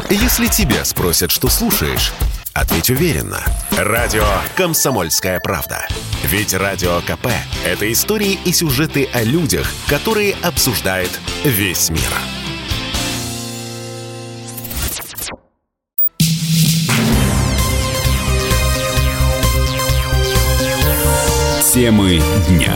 Если тебя спросят, что слушаешь, ответь уверенно. Радио «Комсомольская правда». Ведь Радио КП – это истории и сюжеты о людях, которые обсуждает весь мир. Темы дня.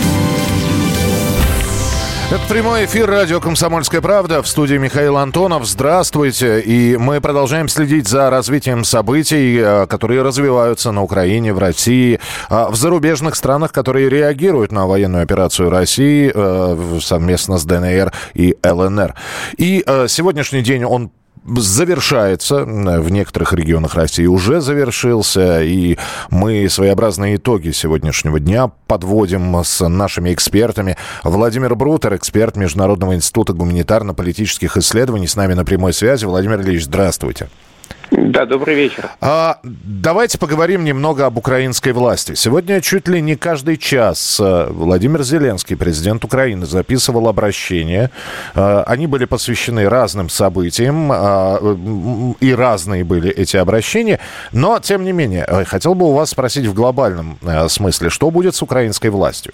Это прямой эфир радио «Комсомольская правда». В студии Михаил Антонов. Здравствуйте. И мы продолжаем следить за развитием событий, которые развиваются на Украине, в России, в зарубежных странах, которые реагируют на военную операцию России совместно с ДНР и ЛНР. И сегодняшний день он завершается. В некоторых регионах России уже завершился. И мы своеобразные итоги сегодняшнего дня подводим с нашими экспертами. Владимир Брутер, эксперт Международного института гуманитарно-политических исследований, с нами на прямой связи. Владимир Ильич, здравствуйте. Да, добрый вечер. Давайте поговорим немного об украинской власти. Сегодня чуть ли не каждый час Владимир Зеленский, президент Украины, записывал обращения. Они были посвящены разным событиям, и разные были эти обращения. Но, тем не менее, хотел бы у вас спросить в глобальном смысле, что будет с украинской властью?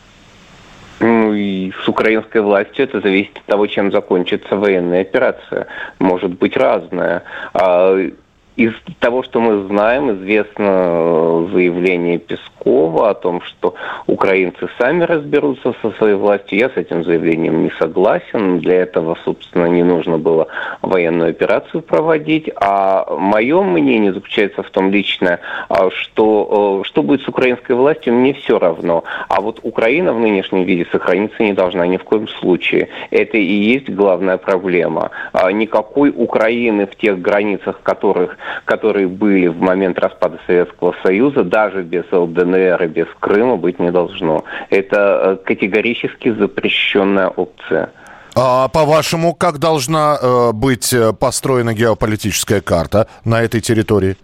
И с украинской властью это зависит от того, чем закончится военная операция. Может быть разная. Из того, что мы знаем, известно заявление Пескова о том, что украинцы сами разберутся со своей властью. Я с этим заявлением не согласен. Для этого, собственно, не нужно было военную операцию проводить. А мое мнение заключается в том личное, что будет с украинской властью, мне все равно. А вот Украина в нынешнем виде сохраниться не должна ни в коем случае. Это и есть главная проблема. Никакой Украины в тех границах, которые были в момент распада Советского Союза, даже без ЛДНР и без Крыма, быть не должно. Это категорически запрещенная опция. А по-вашему, как должна быть построена геополитическая карта на этой территории?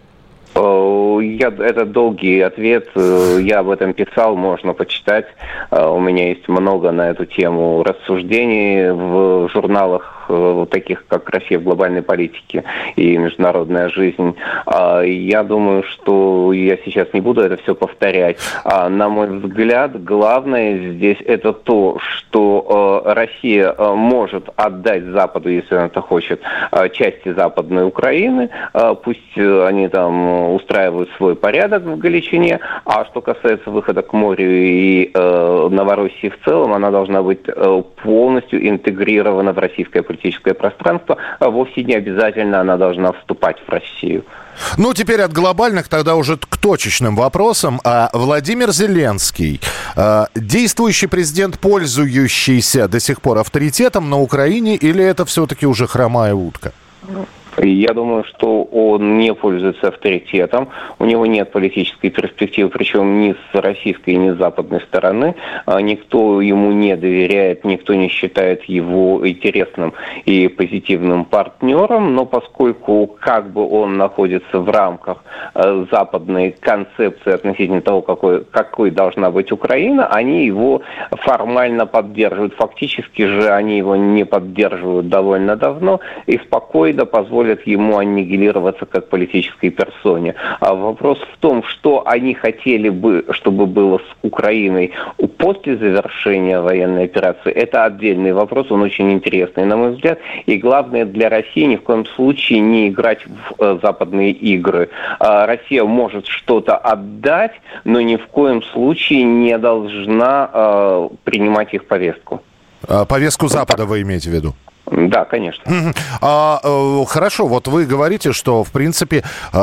Это долгий ответ. Я об этом писал, можно почитать. У меня есть много на эту тему рассуждений в журналах, таких как «Россия в глобальной политике» и «Международная жизнь». Я думаю, что я сейчас не буду это все повторять. На мой взгляд, главное здесь это то, что Россия может отдать Западу, если она это хочет, части Западной Украины. Пусть они там устраивают свой порядок в Галичине. А что касается выхода к морю и Новороссии в целом, она должна быть полностью интегрирована в российское политическое пространство. Вовсе не обязательно она должна вступать в Россию. Ну, теперь от глобальных тогда уже к точечным вопросам. Владимир Зеленский, действующий президент, пользующийся до сих пор авторитетом на Украине, или это все-таки уже хромая утка? Я думаю, что он не пользуется авторитетом, у него нет политической перспективы, причем ни с российской, ни с западной стороны. Никто ему не доверяет, никто не считает его интересным и позитивным партнером, но поскольку как бы он находится в рамках западной концепции относительно того, какой должна быть Украина, они его формально поддерживают. Фактически же они его не поддерживают довольно давно и спокойно позволят ему аннигилироваться как политической персоне. А вопрос в том, что они хотели бы, чтобы было с Украиной после завершения военной операции, это отдельный вопрос, он очень интересный, на мой взгляд. И главное для России ни в коем случае не играть в западные игры. Россия может что-то отдать, но ни в коем случае не должна принимать их повестку. Повестку Запада вы имеете в виду? Да, конечно. Хорошо, вот вы говорите, что, в принципе,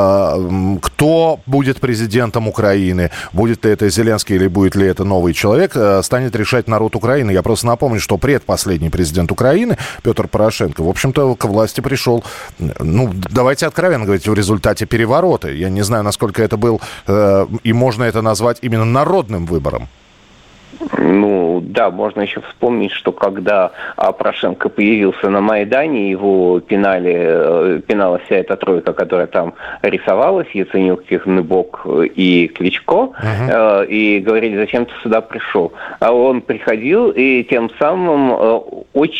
кто будет президентом Украины, будет ли это Зеленский или будет ли это новый человек, станет решать народ Украины. Я просто напомню, что предпоследний президент Украины, Петр Порошенко, в общем-то, к власти пришел, давайте откровенно говорить, в результате переворота. Я не знаю, насколько это был, и можно это назвать именно народным выбором. Да, можно еще вспомнить, что когда Порошенко появился на Майдане, его пинала вся эта тройка, которая там рисовалась, Яценюк, Тихнебок и Кличко, и говорили, зачем ты сюда пришел. А он приходил и тем самым очень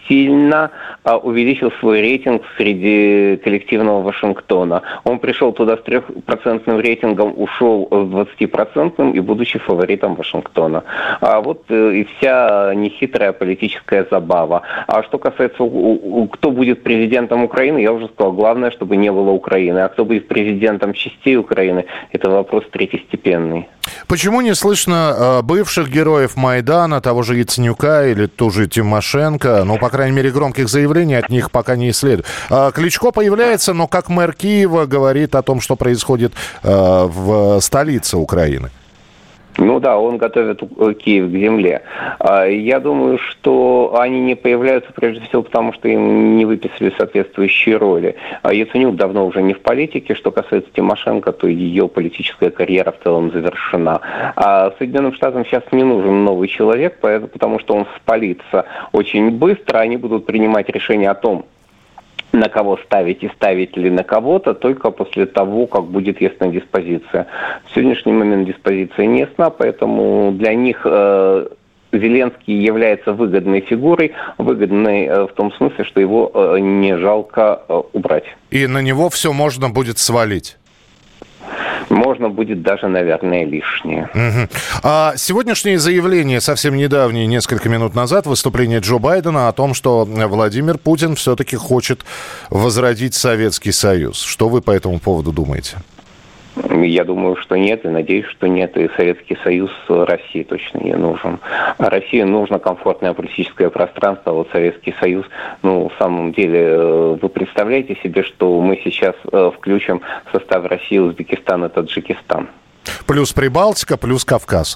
сильно увеличил свой рейтинг среди коллективного Вашингтона. Он пришел туда с 3% рейтингом, ушел с 20% и будучи фаворитом Вашингтона. Вот и вся нехитрая политическая забава. А что касается, кто будет президентом Украины, я уже сказал, главное, чтобы не было Украины. А кто будет президентом частей Украины, это вопрос третьестепенный. Почему не слышно бывших героев Майдана, того же Яценюка или ту же Тимошенко? Ну, по крайней мере, громких заявлений от них пока не исследуют. Кличко появляется, но как мэр Киева говорит о том, что происходит в столице Украины. Ну да, он готовит Киев к земле. Я думаю, что они не появляются прежде всего потому, что им не выписали соответствующие роли. Яценюк давно уже не в политике. Что касается Тимошенко, то ее политическая карьера в целом завершена. А Соединенным Штатам сейчас не нужен новый человек, потому что он спалится очень быстро. Они будут принимать решение о том, на кого ставить и ставить ли на кого-то, только после того, как будет ясна диспозиция. В сегодняшний момент диспозиция не ясна, поэтому для них Зеленский является выгодной фигурой, выгодной в том смысле, что его не жалко убрать. И на него все можно будет свалить? Можно будет даже, наверное, лишнее. А сегодняшнее заявление, совсем недавнее, несколько минут назад, выступление Джо Байдена о том, что Владимир Путин все-таки хочет возродить Советский Союз. Что вы по этому поводу думаете? Я думаю, что нет, и надеюсь, что нет. И Советский Союз России точно не нужен. А России нужно комфортное политическое пространство, а вот Советский Союз, в самом деле, вы представляете себе, что мы сейчас включим в состав России Узбекистан и Таджикистан? Плюс Прибалтика, плюс Кавказ.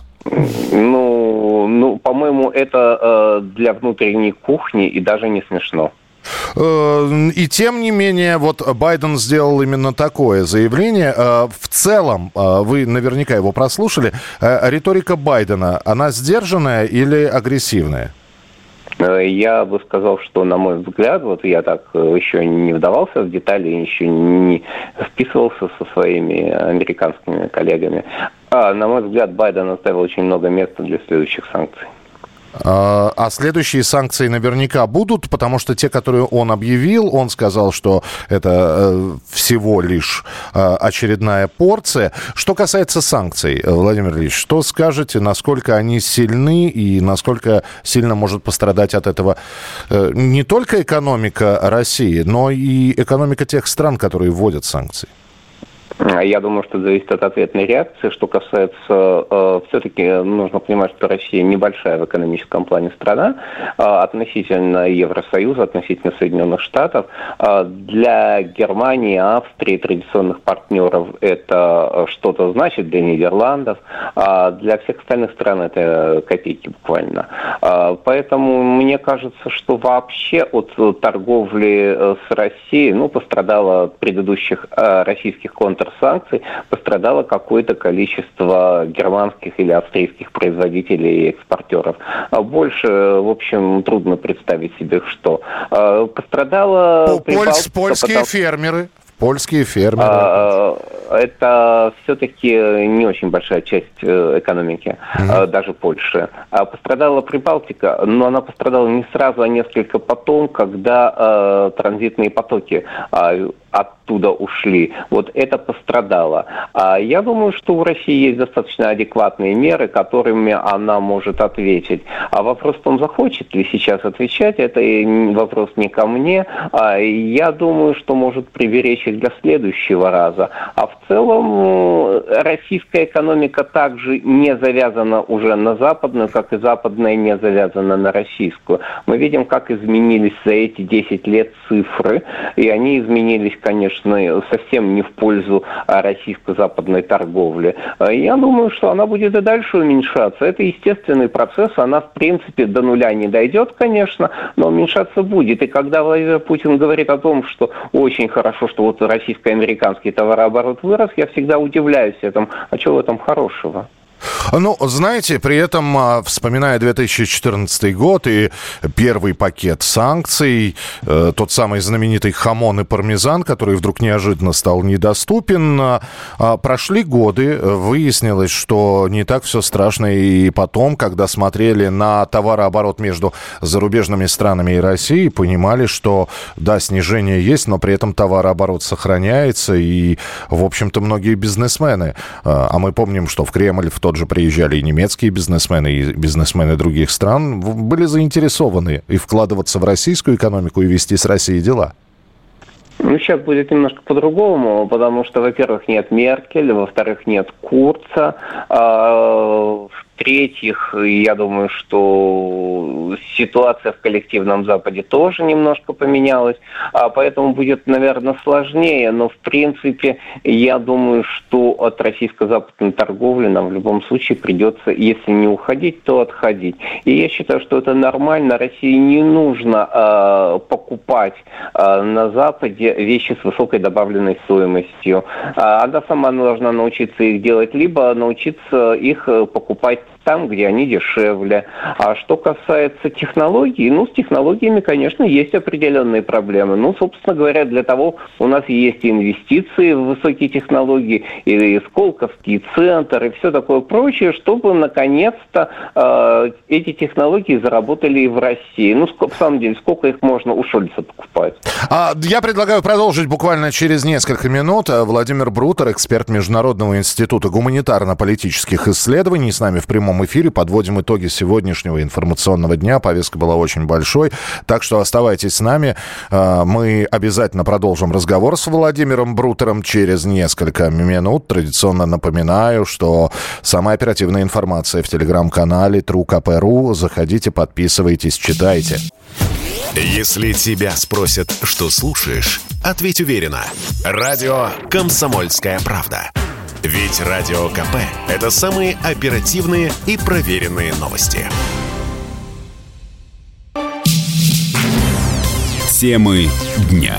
По-моему, это для внутренней кухни и даже не смешно. И тем не менее, вот Байден сделал именно такое заявление. В целом, вы наверняка его прослушали, риторика Байдена, она сдержанная или агрессивная? Я бы сказал, что, на мой взгляд, вот я так еще не вдавался в детали, еще не вписывался со своими американскими коллегами. На мой взгляд, Байден оставил очень много места для следующих санкций. А следующие санкции наверняка будут, потому что те, которые он объявил, он сказал, что это всего лишь очередная порция. Что касается санкций, Владимир Ильич, что скажете, насколько они сильны и насколько сильно может пострадать от этого не только экономика России, но и экономика тех стран, которые вводят санкции? Я думаю, что это зависит от ответной реакции. Что касается, все-таки нужно понимать, что Россия небольшая в экономическом плане страна, относительно Евросоюза, относительно Соединенных Штатов. Для Германии, Австрии, традиционных партнеров это что-то значит, для Нидерландов. Для всех остальных стран это копейки буквально. Поэтому мне кажется, что вообще от торговли с Россией, пострадало от предыдущих российских контрсанкций, пострадало какое-то количество германских или австрийских производителей и экспортеров. Больше, в общем, трудно представить себе, что. Пострадало... Польские фермеры. Польские фермеры. Это все-таки не очень большая часть экономики, даже Польши. Пострадала Прибалтика, но она пострадала не сразу, а несколько потом, когда транзитные потоки оттуда ушли. Вот это пострадало. Я думаю, что у России есть достаточно адекватные меры, которыми она может ответить. А вопрос в том, захочет ли сейчас отвечать, это вопрос не ко мне. Я думаю, что может приберечь их для следующего раза. А в целом российская экономика также не завязана уже на западную, как и западная не завязана на российскую. Мы видим, как изменились за эти 10 лет цифры, и они изменились, конечно, совсем не в пользу российско-западной торговли. Я думаю, что она будет и дальше уменьшаться. Это естественный процесс, она, в принципе, до нуля не дойдет, конечно, но уменьшаться будет. И когда Владимир Путин говорит о том, что очень хорошо, что вот российско-американский товарооборот вырос, я всегда удивляюсь этому. А что в этом хорошего? Ну, знаете, при этом, вспоминая 2014 год и первый пакет санкций, тот самый знаменитый хамон и пармезан, который вдруг неожиданно стал недоступен, прошли годы, выяснилось, что не так все страшно, и потом, когда смотрели на товарооборот между зарубежными странами и Россией, понимали, что, да, снижение есть, но при этом товарооборот сохраняется, и, в общем-то, многие бизнесмены, а мы помним, что в Кремль в тот же приезжали и немецкие бизнесмены, и бизнесмены других стран, были заинтересованы и вкладываться в российскую экономику, и вести с Россией дела. Ну, сейчас будет немножко по-другому, потому что, во-первых, нет Меркель, во-вторых, нет Курца, в-третьих, я думаю, что ситуация в коллективном Западе тоже немножко поменялась, поэтому будет, наверное, сложнее, но, в принципе, я думаю, что от российско-западной торговли нам в любом случае придется, если не уходить, то отходить. И я считаю, что это нормально, России не нужно покупать на Западе вещи с высокой добавленной стоимостью. Она сама должна научиться их делать, либо научиться их покупать там, где они дешевле. А что касается технологий, с технологиями, конечно, есть определенные проблемы. Собственно говоря, для того у нас есть и инвестиции в высокие технологии, и Сколковский центр, и все такое прочее, чтобы, наконец-то, эти технологии заработали и в России. В самом деле, сколько их можно у Шольца покупать? Я предлагаю продолжить буквально через несколько минут. Владимир Брутер, эксперт Международного института гуманитарно-политических исследований, с нами в прямом эфире. Подводим итоги сегодняшнего информационного дня. Повестка была очень большой, так что оставайтесь с нами. Мы обязательно продолжим разговор с Владимиром Брутером через несколько минут. Традиционно напоминаю, что самая оперативная информация в телеграм-канале TrueKP.ru. Заходите, подписывайтесь, читайте. Если тебя спросят, что слушаешь, ответь уверенно. Радио «Комсомольская правда». Ведь Радио КП – это самые оперативные и проверенные новости. Темы дня.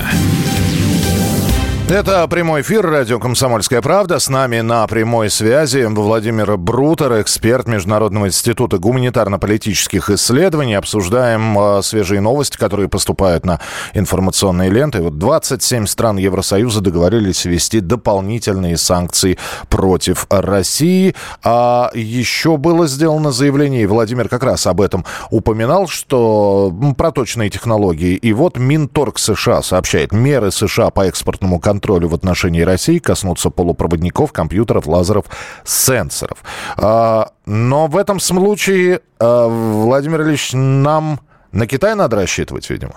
Это прямой эфир радио «Комсомольская правда». С нами на прямой связи Владимир Брутер, эксперт Международного института гуманитарно-политических исследований. Обсуждаем свежие новости, которые поступают на информационные ленты. 27 стран Евросоюза договорились ввести дополнительные санкции против России. А еще было сделано заявление, и Владимир как раз об этом упоминал, что про точные технологии. И вот Минторг США сообщает, меры США по экспортному контролю в отношении России коснутся полупроводников, компьютеров, лазеров, сенсоров. Но в этом случае, Владимир Ильич, нам на Китай надо рассчитывать, видимо?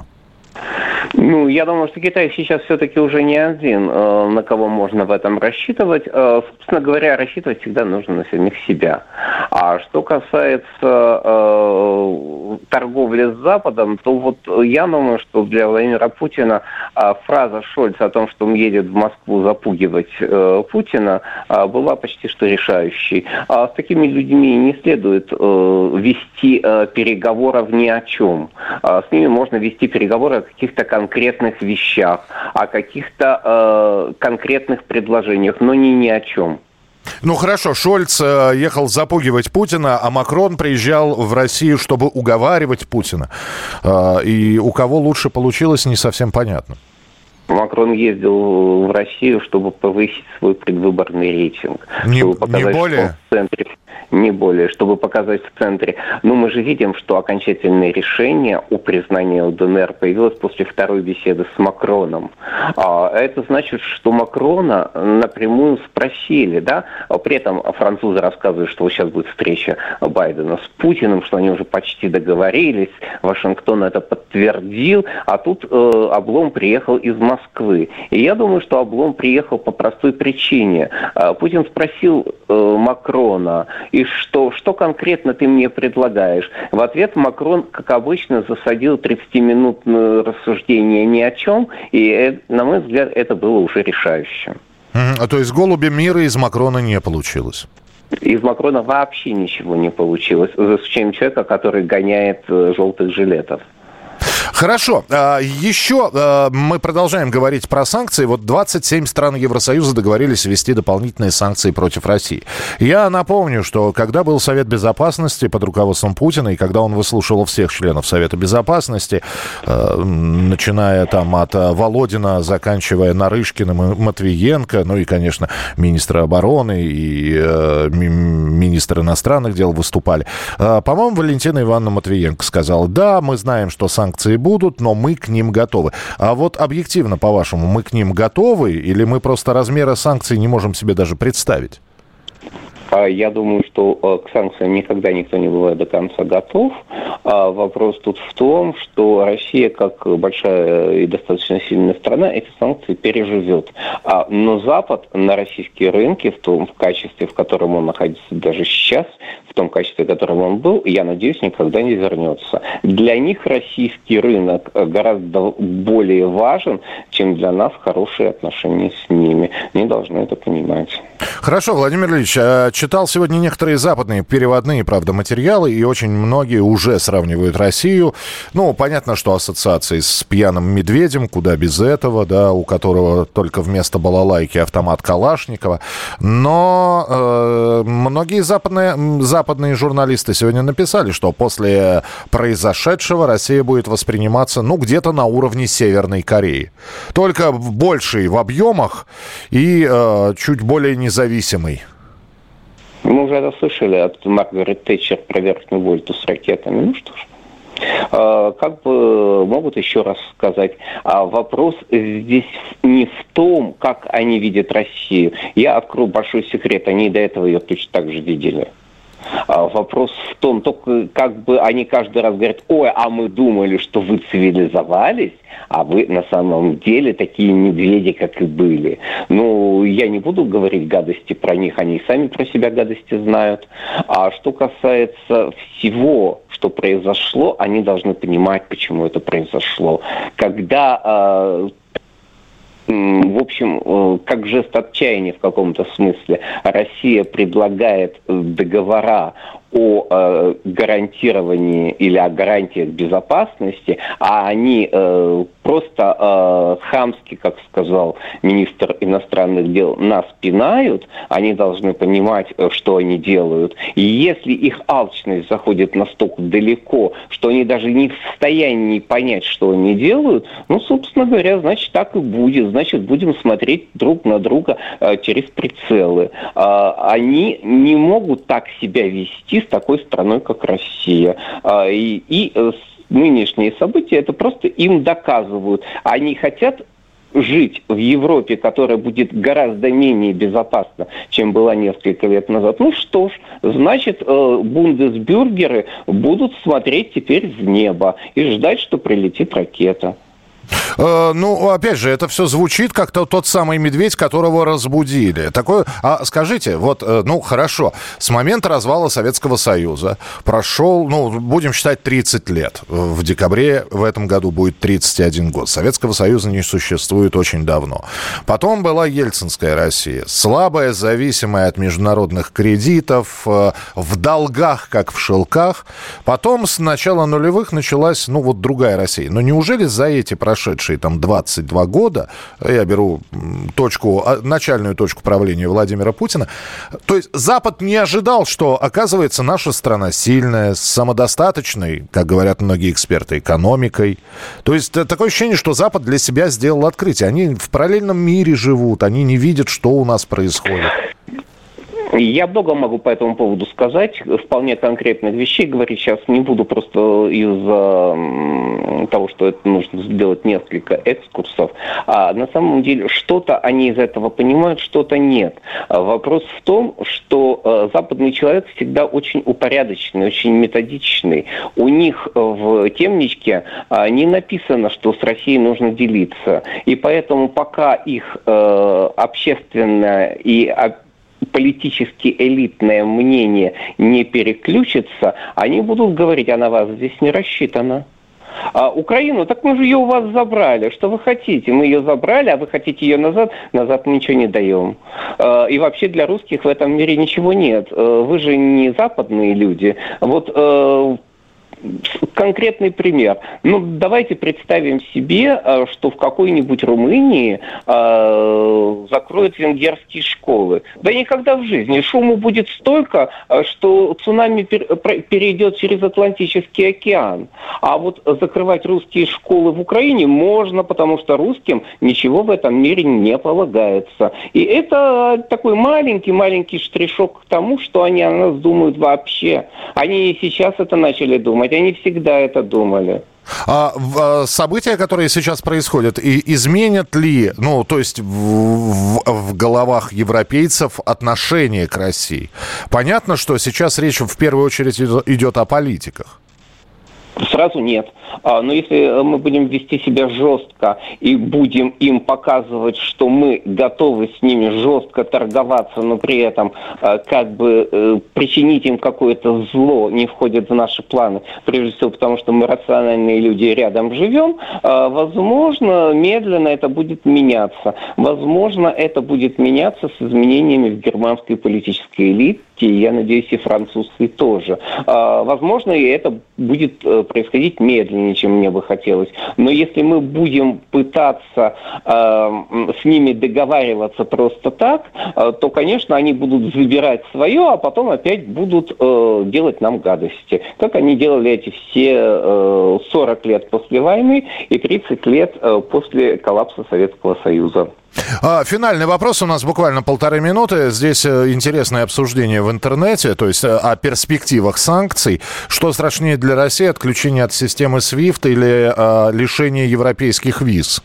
Я думаю, что Китай сейчас все-таки уже не один, на кого можно в этом рассчитывать. Собственно говоря, рассчитывать всегда нужно на самих себя. А что касается торговли с Западом, то я думаю, что для Владимира Путина фраза Шольца о том, что он едет в Москву запугивать Путина, была почти что решающей. А с такими людьми не следует вести переговоров ни о чем. С ними можно вести переговоры о каких-то конкретных вещах, о каких-то конкретных предложениях, но не ни о чем. Хорошо, Шольц ехал запугивать Путина, а Макрон приезжал в Россию, чтобы уговаривать Путина. И у кого лучше получилось, не совсем понятно. Макрон ездил в Россию, чтобы повысить свой предвыборный рейтинг. Не более? Не более, чтобы показать в центре. Но мы же видим, что окончательное решение о признании ЛДНР появилось после второй беседы с Макроном. Это значит, что Макрона напрямую спросили, да? При этом французы рассказывают, что сейчас будет встреча Байдена с Путиным, что они уже почти договорились. Вашингтон это подтвердил, а тут Облом приехал из Москвы. И я думаю, что Облом приехал по простой причине. Путин спросил Макрона, и что конкретно ты мне предлагаешь? В ответ Макрон, как обычно, засадил 30-минутное рассуждение ни о чем, и, на мой взгляд, это было уже решающим. То есть голуби мира из Макрона не получилось? Из Макрона вообще ничего не получилось, за исключением человека, который гоняет желтых жилетов. Хорошо. Еще мы продолжаем говорить про санкции. Вот 27 стран Евросоюза договорились ввести дополнительные санкции против России. Я напомню, что когда был Совет Безопасности под руководством Путина, и когда он выслушивал всех членов Совета Безопасности, начиная там от Володина, заканчивая Нарышкиным и Матвиенко, ну и, конечно, министра обороны и министр иностранных дел выступали. По-моему, Валентина Ивановна Матвиенко сказала: да, мы знаем, что санкции будут, но мы к ним готовы. А вот объективно, по-вашему, мы к ним готовы или мы просто размеры санкций не можем себе даже представить? Я думаю, что к санкциям никогда никто не бывает до конца готов. Вопрос тут в том, что Россия, как большая и достаточно сильная страна, эти санкции переживет. Но Запад на российские рынки, в том качестве, в котором он находится даже сейчас, в том качестве, в котором он был, я надеюсь, никогда не вернется. Для них российский рынок гораздо более важен, чем для нас хорошие отношения с ними. Они должны это понимать. Хорошо, Владимир Ильич, читал сегодня некоторые западные переводные, правда, материалы, и очень многие уже сравнивают Россию. Ну, понятно, что ассоциации с пьяным медведем, куда без этого, да, у которого только вместо балалайки автомат Калашникова. Но многие западные журналисты сегодня написали, что после произошедшего Россия будет восприниматься, ну, где-то на уровне Северной Кореи. Только большей в объемах и чуть более независимой. Мы уже это слышали от Маргарет Тэтчер про верхнюю вольту с ракетами. Ну что ж, как бы могут еще раз сказать. Вопрос здесь не в том, как они видят Россию. Я открою большой секрет. Они до этого ее точно так же видели. Вопрос в том, только как бы они каждый раз говорят: ой, а мы думали, что вы цивилизовались, а вы на самом деле такие медведи, как и были. Ну, я не буду говорить гадости про них, они и сами про себя гадости знают. А что касается всего, что произошло, они должны понимать, почему это произошло. Когда... В общем, как жест отчаяния в каком-то смысле, Россия предлагает договора о гарантировании или о гарантиях безопасности, а они просто хамски, как сказал министр иностранных дел, нас пинают, они должны понимать, что они делают. И если их алчность заходит настолько далеко, что они даже не в состоянии понять, что они делают, ну, собственно говоря, значит, так и будет. Значит, будем смотреть друг на друга через прицелы. Они не могут так себя вести с такой страной, как Россия. И нынешние события это просто им доказывают. Они хотят жить в Европе, которая будет гораздо менее безопасна, чем была несколько лет назад. Ну что ж, значит, бундесбюргеры будут смотреть теперь в небо и ждать, что прилетит ракета. Ну, опять же, это все звучит как тот самый медведь, которого разбудили. Такое, скажите, вот, ну, хорошо, с момента развала Советского Союза прошел, ну, будем считать, 30 лет. В декабре в этом году будет 31 год. Советского Союза не существует очень давно. Потом была Ельцинская Россия. Слабая, зависимая от международных кредитов, в долгах, как в шелках. Потом с начала нулевых началась, ну, вот другая Россия. Но неужели за эти прошедшие там 22 года, я беру начальную точку правления Владимира Путина, то есть Запад не ожидал, что, оказывается, наша страна сильная, самодостаточной, как говорят многие эксперты, экономикой. То есть такое ощущение, что Запад для себя сделал открытие. Они в параллельном мире живут, они не видят, что у нас происходит. Я много могу по этому поводу сказать, вполне конкретных вещей говорить сейчас не буду, просто из-за того, что это нужно сделать несколько экскурсов. А на самом деле что-то они из этого понимают, что-то нет. Вопрос в том, что западный человек всегда очень упорядоченный, очень методичный. У них в темничке не написано, что с Россией нужно делиться. И поэтому пока их общественное и политически элитное мнение не переключится, они будут говорить: а на вас здесь не рассчитано. А Украину, так мы же ее у вас забрали. Что вы хотите? Мы ее забрали, а вы хотите ее назад? Назад мы ничего не даем. И вообще для русских в этом мире ничего нет. Вы же не западные люди. Вот конкретный пример. Давайте представим себе, что в какой-нибудь Румынии закроют венгерские школы. Да никогда в жизни. Шуму будет столько, что цунами перейдет через Атлантический океан. А вот закрывать русские школы в Украине можно, потому что русским ничего в этом мире не полагается. И это такой маленький штришок к тому, что они о нас думают вообще. Они и сейчас это начали думать, они всегда это думали. События, которые сейчас происходят, изменят ли, то есть в головах европейцев отношение к России? Понятно, что сейчас речь в первую очередь идет о политиках. Сразу нет. Но если мы будем вести себя жестко и будем им показывать, что мы готовы с ними жестко торговаться, но при этом причинить им какое-то зло не входит в наши планы, прежде всего потому, что мы рациональные люди рядом живем, возможно, медленно это будет меняться. Возможно, это будет меняться с изменениями в германской политической элите, и, я надеюсь, и французской тоже. Возможно, и это будет происходить медленнее, чем мне бы хотелось. Но если мы будем пытаться с ними договариваться просто так, то, конечно, они будут забирать свое, а потом опять будут делать нам гадости. Как они делали эти все 40 лет после войны и 30 лет после коллапса Советского Союза. Финальный вопрос, у нас буквально 1,5 минуты. Здесь интересное обсуждение в интернете, то есть о перспективах санкций. Что страшнее для России, отключение от системы SWIFT или лишение европейских виз?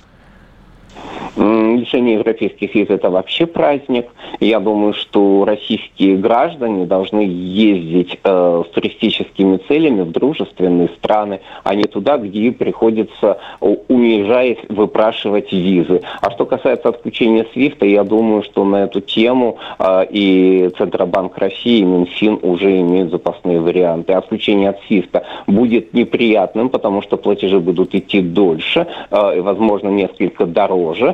Лишение европейских виз – это вообще праздник. Я думаю, что российские граждане должны ездить с туристическими целями в дружественные страны, а не туда, где приходится, уезжая, выпрашивать визы. А что касается отключения SWIFT, я думаю, что на эту тему и Центробанк России, и Минфин уже имеют запасные варианты. Отключение от SWIFT будет неприятным, потому что платежи будут идти дольше, и, возможно, несколько дороже,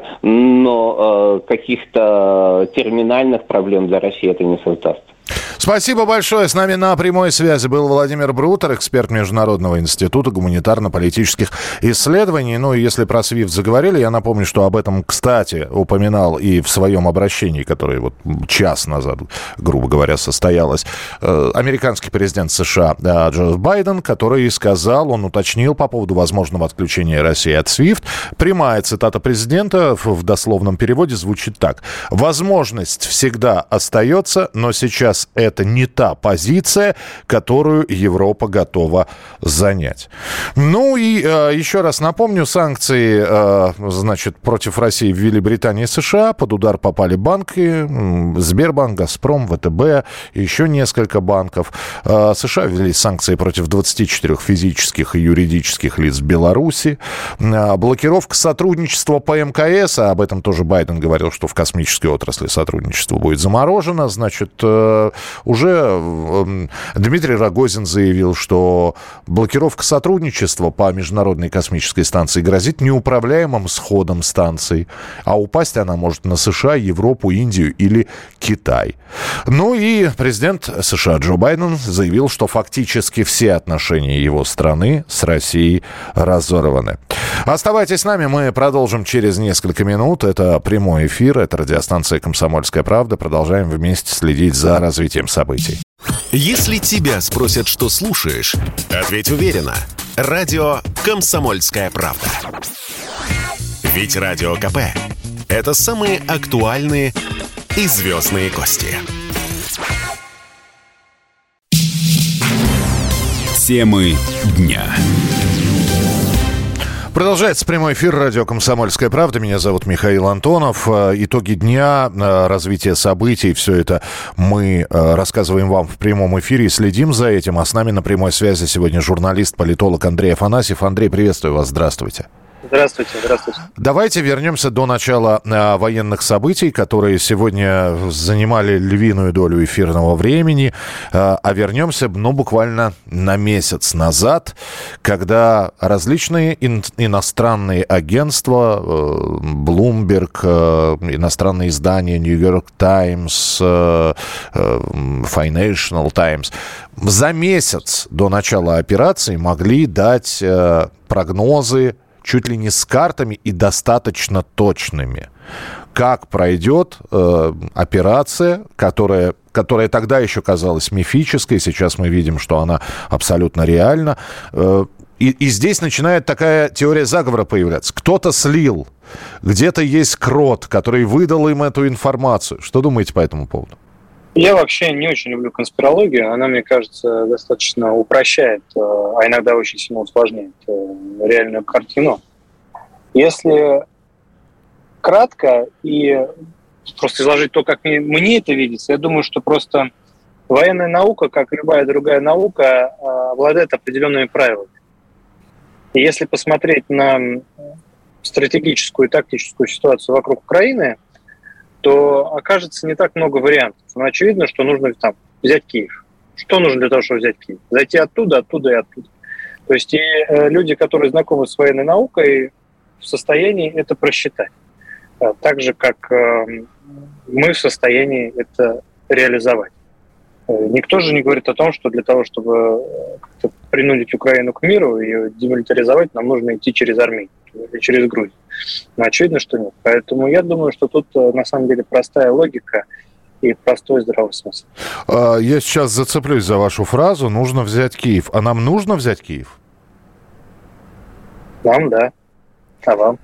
но каких-то терминальных проблем для России это не создаст. Спасибо большое. С нами на прямой связи был Владимир Брутер, эксперт Международного института гуманитарно-политических исследований. Ну и если про SWIFT заговорили, я напомню, что об этом, кстати, упоминал и в своем обращении, которое вот час назад, грубо говоря, состоялось, американский президент США Джо Байден, который сказал, он уточнил по поводу возможного отключения России от SWIFT. Прямая цитата президента в дословном переводе звучит так. «Возможность всегда остается, но сейчас это не та позиция, которую Европа готова занять». Ну и еще раз напомню, санкции, значит, против России ввели Британия и США. Под удар попали банки, Сбербанк, Газпром, ВТБ, еще несколько банков. США ввели санкции против 24 физических и юридических лиц в Беларуси. Блокировка сотрудничества по МКС, а об этом тоже Байден говорил, что в космической отрасли сотрудничество будет заморожено. Значит, уже Дмитрий Рогозин заявил, что блокировка сотрудничества по Международной космической станции грозит неуправляемым сходом станции, а упасть она может на США, Европу, Индию или Китай. Ну и президент США Джо Байден заявил, что фактически все отношения его страны с Россией разорваны. Оставайтесь с нами, мы продолжим через несколько минут. Это прямой эфир, это радиостанция «Комсомольская правда». Продолжаем вместе следить за развитием событий. Если тебя спросят, что слушаешь, ответь уверенно. Радио «Комсомольская правда». Ведь Радио КП – это самые актуальные и звездные гости. Темы дня. Продолжается прямой эфир радио «Комсомольская правда». Меня зовут Михаил Антонов. Итоги дня, развитие событий, все это мы рассказываем вам в прямом эфире и следим за этим. А с нами на прямой связи сегодня журналист, политолог Андрей Афанасьев. Андрей, приветствую вас, здравствуйте. Здравствуйте. Давайте вернемся до начала военных событий, которые сегодня занимали львиную долю эфирного времени. А вернемся, буквально на месяц назад, когда различные иностранные агентства, Bloomberg, иностранные издания, New York Times, Financial Times, за месяц до начала операции могли дать прогнозы чуть ли не с картами и достаточно точными. Как пройдет операция, которая тогда еще казалась мифической, сейчас мы видим, что она абсолютно реальна. И здесь начинает такая теория заговора появляться. Кто-то слил, где-то есть крот, который выдал им эту информацию. Что думаете по этому поводу? Я вообще не очень люблю конспирологию. Она, мне кажется, достаточно упрощает, а иногда очень сильно усложняет реальную картину. Если кратко и просто изложить то, как мне это видится, я думаю, что просто военная наука, как любая другая наука, обладает определенными правилами. И если посмотреть на стратегическую и тактическую ситуацию вокруг Украины, то окажется не так много вариантов. Но очевидно, что нужно взять Киев. Что нужно для того, чтобы взять Киев? Зайти оттуда и оттуда. То есть и люди, которые знакомы с военной наукой, в состоянии это просчитать. Так же, как мы в состоянии это реализовать. Никто же не говорит о том, что для того, чтобы как-то принудить Украину к миру, ее демилитаризовать, нам нужно идти через Армению или через Грузию. Но очевидно, что нет. Поэтому я думаю, что тут на самом деле простая логика и простой здравый смысл. Я сейчас зацеплюсь за вашу фразу «нужно взять Киев». А нам нужно взять Киев? Нам, да. А вам?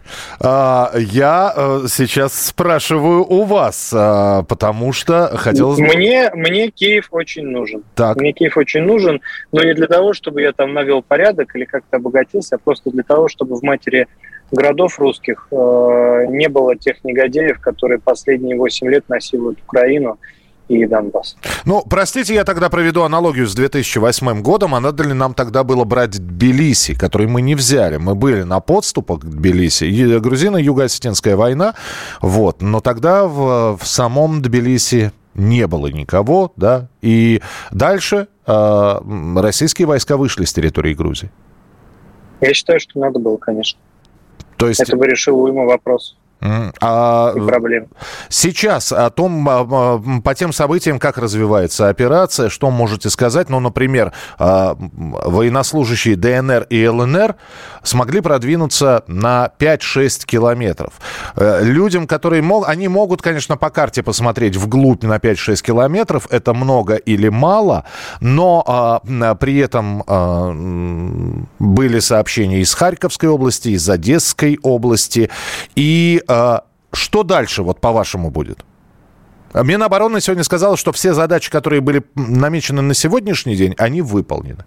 Я сейчас спрашиваю у вас, потому что хотелось бы... Мне Киев очень нужен. Так. Мне Киев очень нужен, но не для того, чтобы я там навел порядок или как-то обогатился, а просто для того, чтобы в матери городов русских не было тех негодяев, которые последние 8 лет насилуют Украину и Донбасс. Ну, простите, я тогда проведу аналогию с 2008 годом. А надо ли нам тогда было брать Тбилиси, который мы не взяли? Мы были на подступах к Тбилиси. Грузино-Юго-Осетинская война. Вот. Но тогда в самом Тбилиси не было никого, да. И дальше российские войска вышли с территории Грузии. Я считаю, что надо было, конечно. То есть... Это бы решило уйму вопросов. Проблем. Сейчас о том, по тем событиям, как развивается операция, что можете сказать? Ну, например, военнослужащие ДНР и ЛНР смогли продвинуться на 5-6 километров. Людям, которые они могут, конечно, по карте посмотреть вглубь на 5-6 километров, это много или мало, но при этом были сообщения из Харьковской области, из Одесской области, и что дальше, вот по-вашему, будет? Минобороны сегодня сказала, что все задачи, которые были намечены на сегодняшний день, они выполнены.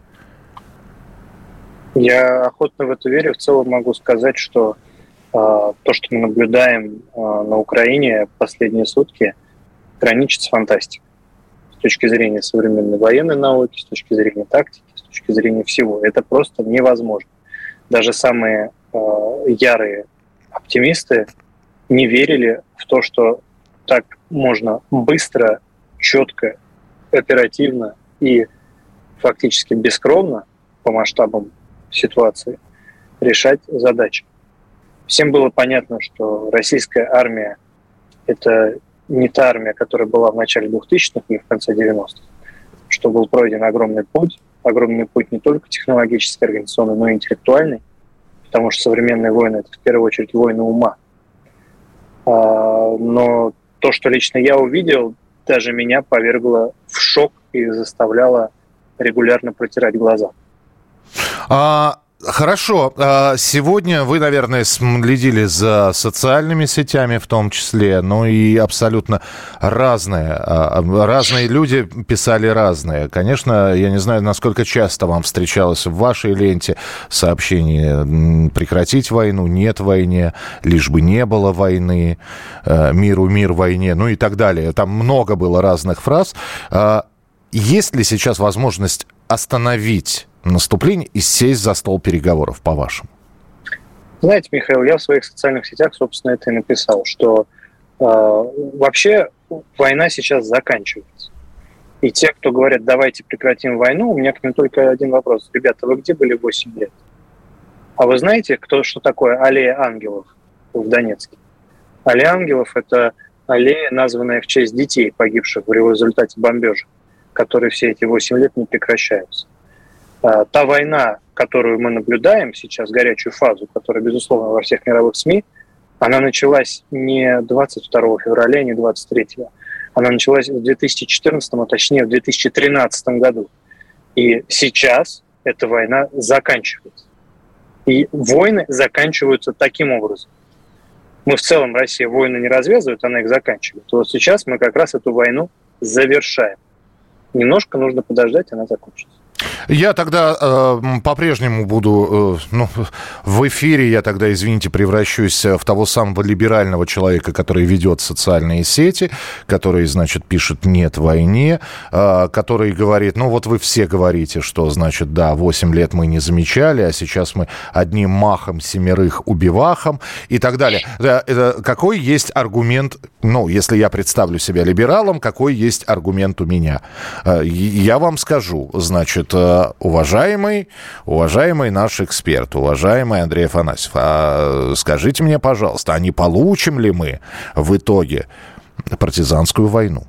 Я охотно в это верю. В целом могу сказать, что то, что мы наблюдаем на Украине последние сутки, граничит с фантастикой. С точки зрения современной военной науки, с точки зрения тактики, с точки зрения всего. Это просто невозможно. Даже самые ярые оптимисты не верили в то, что так можно быстро, четко, оперативно и фактически бескровно по масштабам ситуации решать задачи. Всем было понятно, что российская армия – это не та армия, которая была в начале 2000-х или в конце 90-х, что был пройден огромный путь не только технологический, организационный, но и интеллектуальный, потому что современные войны – это в первую очередь войны ума. Но то, что лично я увидел, даже меня повергло в шок и заставляло регулярно протирать глаза. Хорошо. Сегодня вы, наверное, следили за социальными сетями в том числе, ну и абсолютно разные люди писали разные. Конечно, я не знаю, насколько часто вам встречалось в вашей ленте сообщение «прекратить войну», «нет войне», «лишь бы не было войны», «миру, мир войне», ну и так далее. Там много было разных фраз. Есть ли сейчас возможность остановить наступление и сесть за стол переговоров, по-вашему? Знаете, Михаил, я в своих социальных сетях, собственно, это и написал, что вообще война сейчас заканчивается. И те, кто говорят, давайте прекратим войну, у меня к ним только один вопрос. Ребята, вы где были 8 лет? А вы знаете, что такое аллея ангелов в Донецке? Аллея ангелов – это аллея, названная в честь детей, погибших в результате бомбежек, которые все эти 8 лет не прекращаются. Та война, которую мы наблюдаем сейчас, горячую фазу, которая, безусловно, во всех мировых СМИ, она началась не 22 февраля, не 23. Она началась в 2014, а точнее в 2013 году. И сейчас эта война заканчивается. И войны заканчиваются таким образом. Мы в целом, Россия войны не развязывает, она их заканчивает. Вот сейчас мы как раз эту войну завершаем. Немножко нужно подождать, она закончится. Я тогда по-прежнему буду, в эфире я тогда, извините, превращусь в того самого либерального человека, который ведет социальные сети, который, значит, пишет «нет войне», который говорит, вот вы все говорите, что, значит, да, 8 лет мы не замечали, а сейчас мы одним махом 7 убивахом и так далее. Какой есть аргумент, если я представлю себя либералом, какой есть аргумент у меня? Я вам скажу, значит, уважаемый наш эксперт, уважаемый Андрей Афанасьев, скажите мне, пожалуйста, а не получим ли мы в итоге партизанскую войну?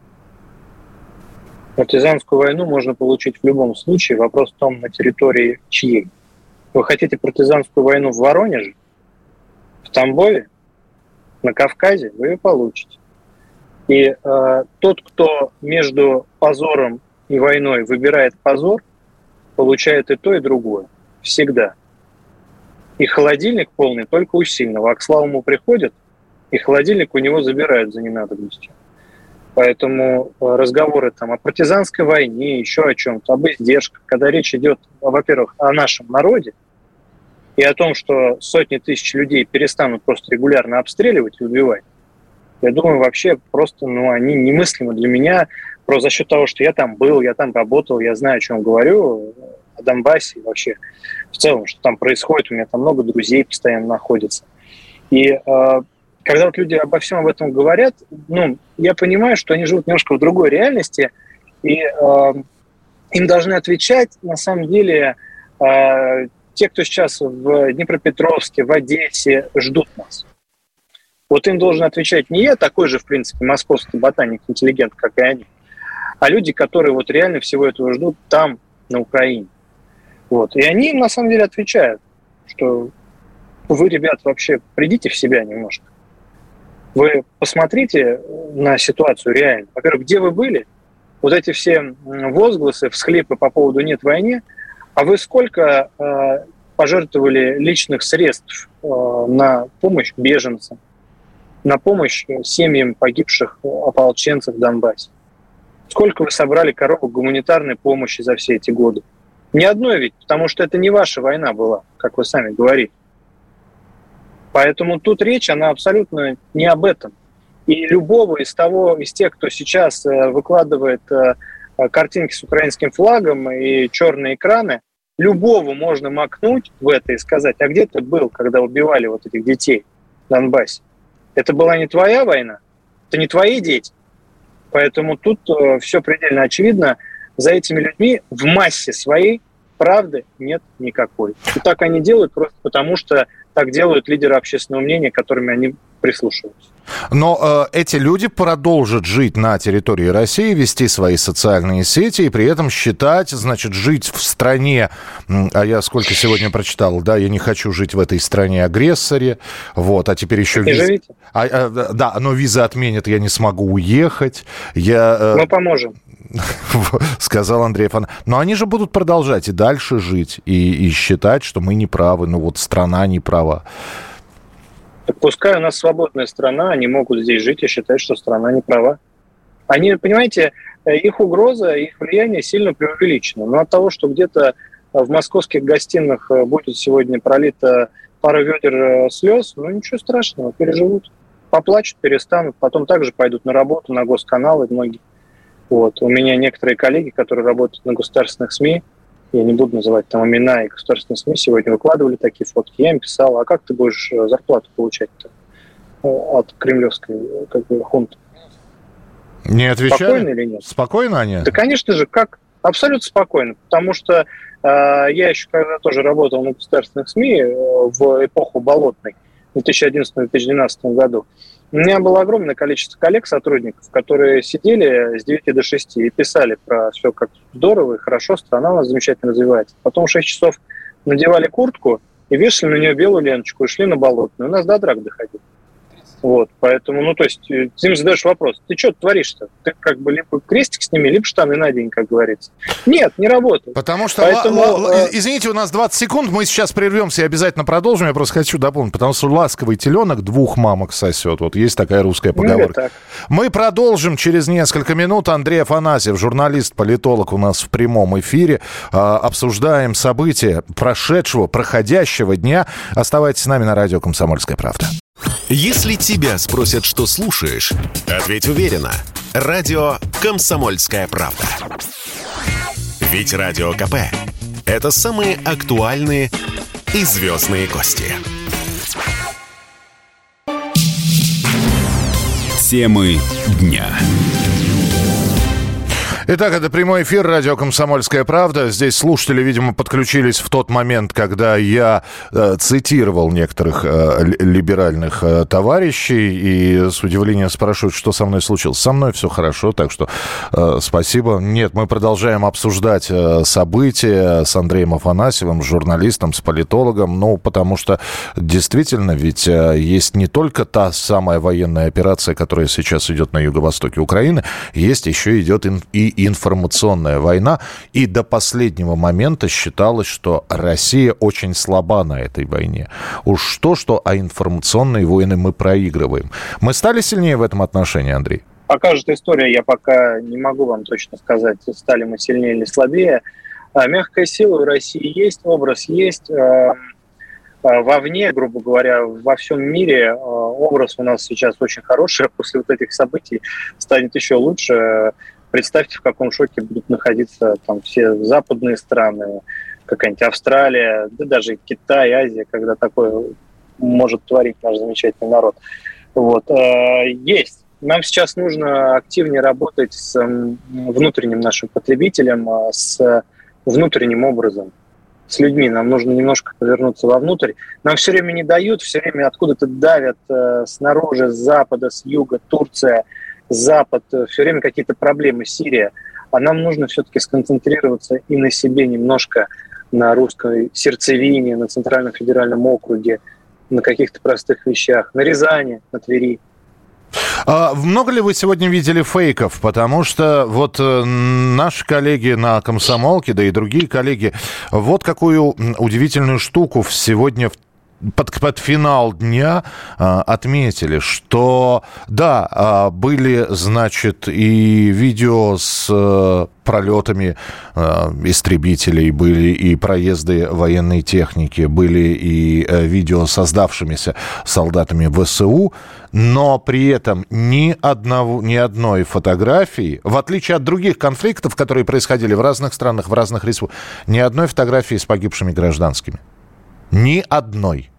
Партизанскую войну можно получить в любом случае. Вопрос в том, на территории чьей. Вы хотите партизанскую войну в Воронеже, в Тамбове, на Кавказе, вы ее получите. И тот, кто между позором и войной выбирает позор, получает и то, и другое. Всегда. И холодильник полный только у сильного. А к слабому приходят, и холодильник у него забирают за ненадобностью. Поэтому разговоры о партизанской войне, еще о чем-то, об издержках, когда речь идет, во-первых, о нашем народе, и о том, что сотни тысяч людей перестанут просто регулярно обстреливать и убивать, я думаю, вообще просто, они немыслимы для меня. Просто за счет того, что я там был, я там работал, я знаю, о чем говорю, о Донбассе и вообще в целом, что там происходит. У меня там много друзей постоянно находится. И когда люди обо всем об этом говорят, я понимаю, что они живут немножко в другой реальности, и им должны отвечать, на самом деле, те, кто сейчас в Днепропетровске, в Одессе, ждут нас. Вот им должен отвечать не я, такой же, в принципе, московский ботаник, интеллигент, как и они, а люди, которые реально всего этого ждут там, на Украине. И они им, на самом деле, отвечают, что вы, ребят, вообще придите в себя немножко. Вы посмотрите на ситуацию реально. Во-первых, где вы были? Вот эти все возгласы, всхлипы по поводу «нет войне», а вы сколько пожертвовали личных средств на помощь беженцам, на помощь семьям погибших ополченцев в Донбассе? Сколько вы собрали коробок гуманитарной помощи за все эти годы? Ни одной ведь, потому что это не ваша война была, как вы сами говорите. Поэтому тут речь, она абсолютно не об этом. И любого из тех, кто сейчас выкладывает картинки с украинским флагом и черные экраны, любого можно макнуть в это и сказать, а где ты был, когда убивали вот этих детей в Донбассе? Это была не твоя война, это не твои дети. Поэтому тут все предельно очевидно. За этими людьми в массе своей правды нет никакой. И так они делают просто потому, что так делают лидеры общественного мнения, которыми они прислушиваются. Но эти люди продолжат жить на территории России, вести свои социальные сети и при этом считать, значит, жить в стране, а я сколько сегодня прочитал, я не хочу жить в этой стране-агрессоре, а теперь еще визы. Да, но визы отменят, я не смогу уехать. Мы поможем. Сказал Андрей Афанасьев. Но они же будут продолжать и дальше жить, и считать, что мы не правы, страна не права. Так пускай у нас свободная страна, они могут здесь жить и считать, что страна не права. Они, понимаете, их угроза, их влияние сильно преувеличено. Но от того, что где-то в московских гостиных будет сегодня пролито пара ведер слез, ничего страшного, переживут. Поплачут, перестанут, потом также пойдут на работу, на госканалы многие. У меня некоторые коллеги, которые работают на государственных СМИ, я не буду называть там имена, и государственные СМИ сегодня выкладывали такие фотки. Я им писал, а как ты будешь зарплату получать-то от кремлевской хунты? Не отвечали? Спокойно или нет? Спокойно они? Да, конечно же, абсолютно спокойно, потому что я еще когда тоже работал на государственных СМИ в эпоху болотной, в 2011-2012 году, у меня было огромное количество коллег, сотрудников, которые сидели с 9 до 6 и писали про все, как здорово и хорошо, страна у нас замечательно развивается. Потом в 6 часов надевали куртку и вешали на нее белую ленточку и шли на болотную. У нас до драк доходило. Вот, поэтому, то есть, ты им задаешь вопрос, ты что творишь-то? Ты как бы либо крестик сними, либо штаны надень, как говорится. Нет, не работает. Потому что, поэтому, извините, у нас 20 секунд, мы сейчас прервемся и обязательно продолжим. Я просто хочу дополнить, потому что ласковый теленок 2 мамок сосет. Вот есть такая русская поговорка. Мы продолжим через несколько минут. Андрей Афанасьев, журналист, политолог, у нас в прямом эфире. Обсуждаем события проходящего дня. Оставайтесь с нами на радио «Комсомольская правда». Если тебя спросят, что слушаешь, ответь уверенно. Радио «Комсомольская правда». Ведь Радио КП – это самые актуальные и звездные гости. Темы дня. Итак, это прямой эфир, радио «Комсомольская правда». Здесь слушатели, видимо, подключились в тот момент, когда я цитировал некоторых либеральных товарищей и с удивлением спрашивают, что со мной случилось. Со мной все хорошо, так что спасибо. Нет, мы продолжаем обсуждать события с Андреем Афанасьевым, с журналистом, с политологом, потому что действительно ведь есть не только та самая военная операция, которая сейчас идет на юго-востоке Украины, есть еще идет и информационная война, и до последнего момента считалось, что Россия очень слаба на этой войне. Уж что, а информационные войны мы проигрываем. Мы стали сильнее в этом отношении, Андрей? Покажет история, я пока не могу вам точно сказать, стали мы сильнее или слабее. Мягкая сила у России есть, образ есть. Вовне, грубо говоря, во всем мире образ у нас сейчас очень хороший, а после вот этих событий станет еще лучше. Представьте, в каком шоке будут находиться там все западные страны, какая-нибудь Австралия, да даже Китай, Азия, когда такое может творить наш замечательный народ. Вот. Есть. Нам сейчас нужно активнее работать с внутренним нашим потребителем, с внутренним образом, с людьми. Нам нужно немножко повернуться вовнутрь. Нам все время не дают, все время откуда-то давят снаружи, с запада, с юга, Турция, Запад, все время какие-то проблемы, Сирия. А нам нужно все-таки сконцентрироваться и на себе немножко, на русской сердцевине, на Центральном федеральном округе, на каких-то простых вещах, на Рязани, на Твери. Много ли вы сегодня видели фейков? Потому что вот наши коллеги на «Комсомолке», да и другие коллеги, вот какую удивительную штуку сегодня под финал дня отметили, что да, были, значит, и видео с пролетами истребителей, были и проезды военной техники, были и видео с создавшимися солдатами ВСУ, но при этом ни одной фотографии, в отличие от других конфликтов, которые происходили в разных странах, в разных республиках, ни одной фотографии с погибшими гражданскими. Ни одной.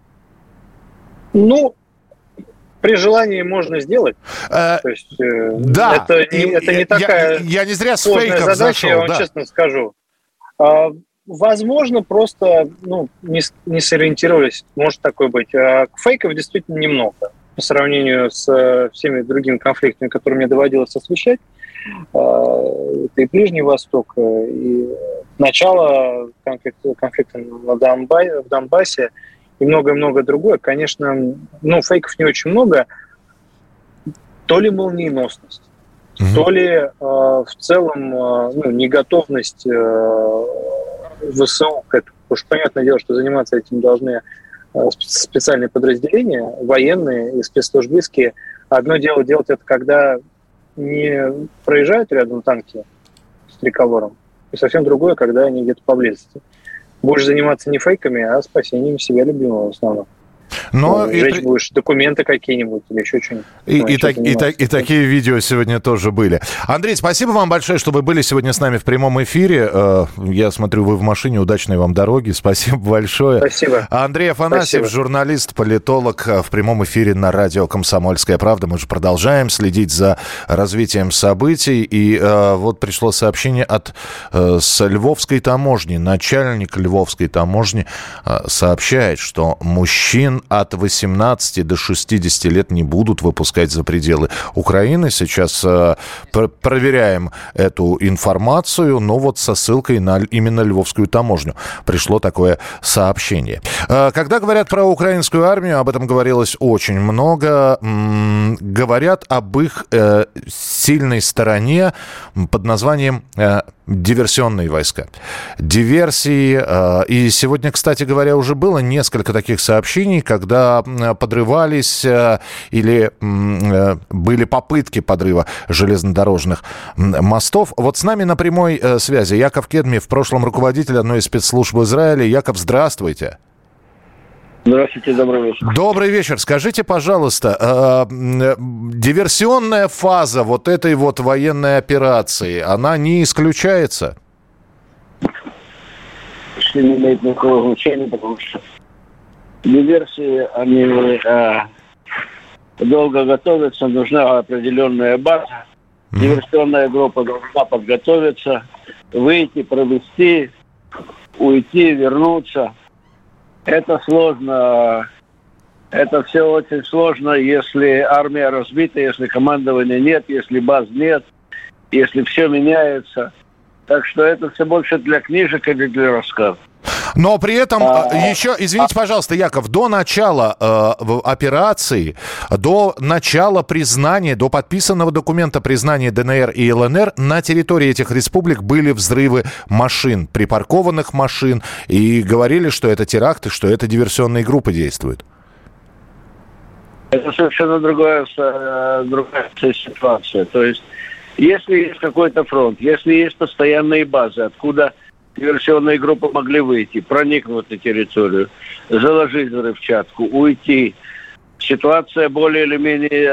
При желании можно сделать. То есть, да. Это не такая я не зря с сложная фейков задача, зашел, я вам честно скажу. Возможно, просто не сориентировались, может такое быть. Фейков действительно немного по сравнению с всеми другими конфликтами, которые мне доводилось освещать. Это и Ближний Восток, и начало конфликта в Донбассе, и многое-многое другое. Конечно, фейков не очень много. То ли молниеносность, то ли в целом неготовность ВСУ к этому. Потому что понятное дело, что заниматься этим должны специальные подразделения, военные и спецслужбистские. Одно дело делать это, когда не проезжают рядом танки с триколором, и совсем другое, когда они где-то поблизости. Будешь заниматься не фейками, а спасением себя любимого в основном. Сжечь будешь документы какие-нибудь или еще что-нибудь. И такие видео сегодня тоже были. Андрей, спасибо вам большое, что вы были сегодня с нами в прямом эфире. Я смотрю, вы в машине. Удачной вам дороги. Спасибо большое. Спасибо. Андрей Афанасьев, журналист, политолог, в прямом эфире на радио «Комсомольская правда». Мы же продолжаем следить за развитием событий. И вот пришло сообщение с Львовской таможни. Начальник Львовской таможни сообщает, что мужчин от 18 до 60 лет не будут выпускать за пределы Украины. Сейчас проверяем эту информацию, но вот со ссылкой на именно Львовскую таможню пришло такое сообщение. Когда говорят про украинскую армию, об этом говорилось очень много. Говорят об их сильной стороне под названием диверсионные войска. Диверсии. И сегодня, кстати говоря, уже было несколько таких сообщений, когда подрывались или были попытки подрыва железнодорожных мостов. Вот с нами на прямой связи Яков Кедмиев, в прошлом руководитель одной из спецслужб в Израиле. Яков, здравствуйте. Здравствуйте, добрый вечер. Добрый вечер. Скажите, пожалуйста, диверсионная фаза вот этой вот военной операции, она не исключается? Что не имеет никакого значения, потому что диверсии, они долго готовятся, нужна определенная база. Диверсионная группа должна подготовиться, выйти, провести, уйти, вернуться. Это сложно. Это все очень сложно, если армия разбита, если командования нет, если баз нет, если все меняется. Так что это все больше для книжек или для рассказов. Но при этом еще, извините, пожалуйста, Яков, до начала операции, до начала признания, до подписанного документа признания ДНР и ЛНР на территории этих республик были взрывы машин, припаркованных машин, и говорили, что это теракты, что это диверсионные группы действуют. Это совершенно другая ситуация. То есть, если есть какой-то фронт, если есть постоянные базы, откуда диверсионные группы могли выйти, проникнуть на территорию, заложить взрывчатку, уйти. Ситуация более или менее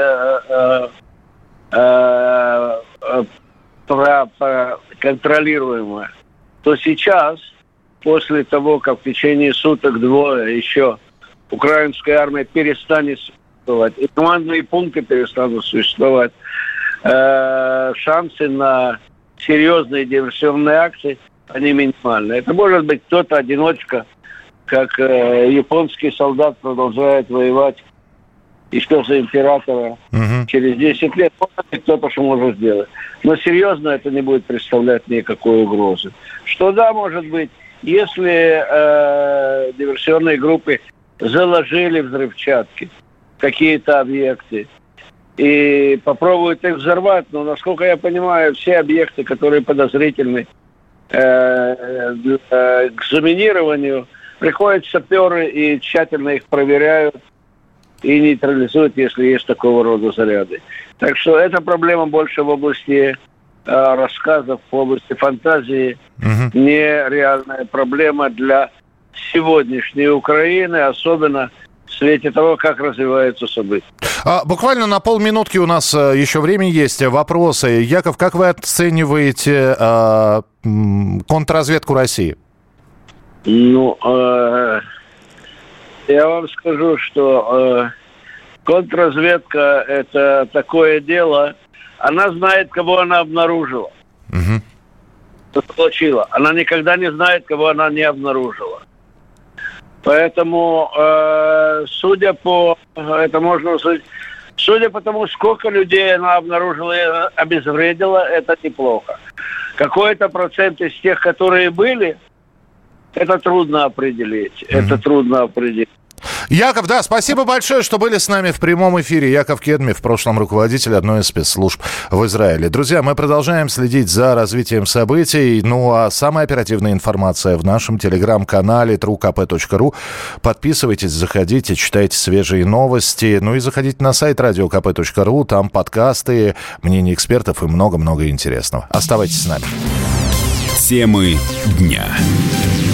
контролируемая. То сейчас, после того, как в течение суток-двое еще украинская армия перестанет существовать, и командные пункты перестанут существовать, шансы на серьезные диверсионные акции они минимальны. Это может быть кто-то одиночка, как японский солдат продолжает воевать еще за императора через 10 лет. Кто-то что может сделать. Но серьезно это не будет представлять никакой угрозы. Что да, может быть, если диверсионные группы заложили взрывчатки, какие-то объекты, и попробуют их взорвать, но, насколько я понимаю, все объекты, которые подозрительны к заминированию, приходят саперы и тщательно их проверяют и нейтрализуют, если есть такого рода заряды. Так что эта проблема больше в области рассказов, в области фантазии, не реальная проблема для сегодняшней Украины, особенно в свете того, как развиваются события. Буквально на полминутки у нас еще время есть. Вопросы. Яков, как вы оцениваете контрразведку России? Ну, я вам скажу, что контрразведка – это такое дело. Она знает, кого она обнаружила. Получила. Она никогда не знает, кого она не обнаружила. Поэтому, судя по тому, сколько людей она обнаружила и обезвредила, это неплохо. Какой-то процент из тех, которые были, это трудно определить. Яков, да, спасибо большое, что были с нами в прямом эфире. Яков Кедмиев, в прошлом руководитель одной из спецслужб в Израиле. Друзья, мы продолжаем следить за развитием событий. Ну, а самая оперативная информация в нашем телеграм-канале trukp.ru. Подписывайтесь, заходите, читайте свежие новости. Ну и заходите на сайт radiokp.ru. Там подкасты, мнения экспертов и много-много интересного. Оставайтесь с нами. Темы дня.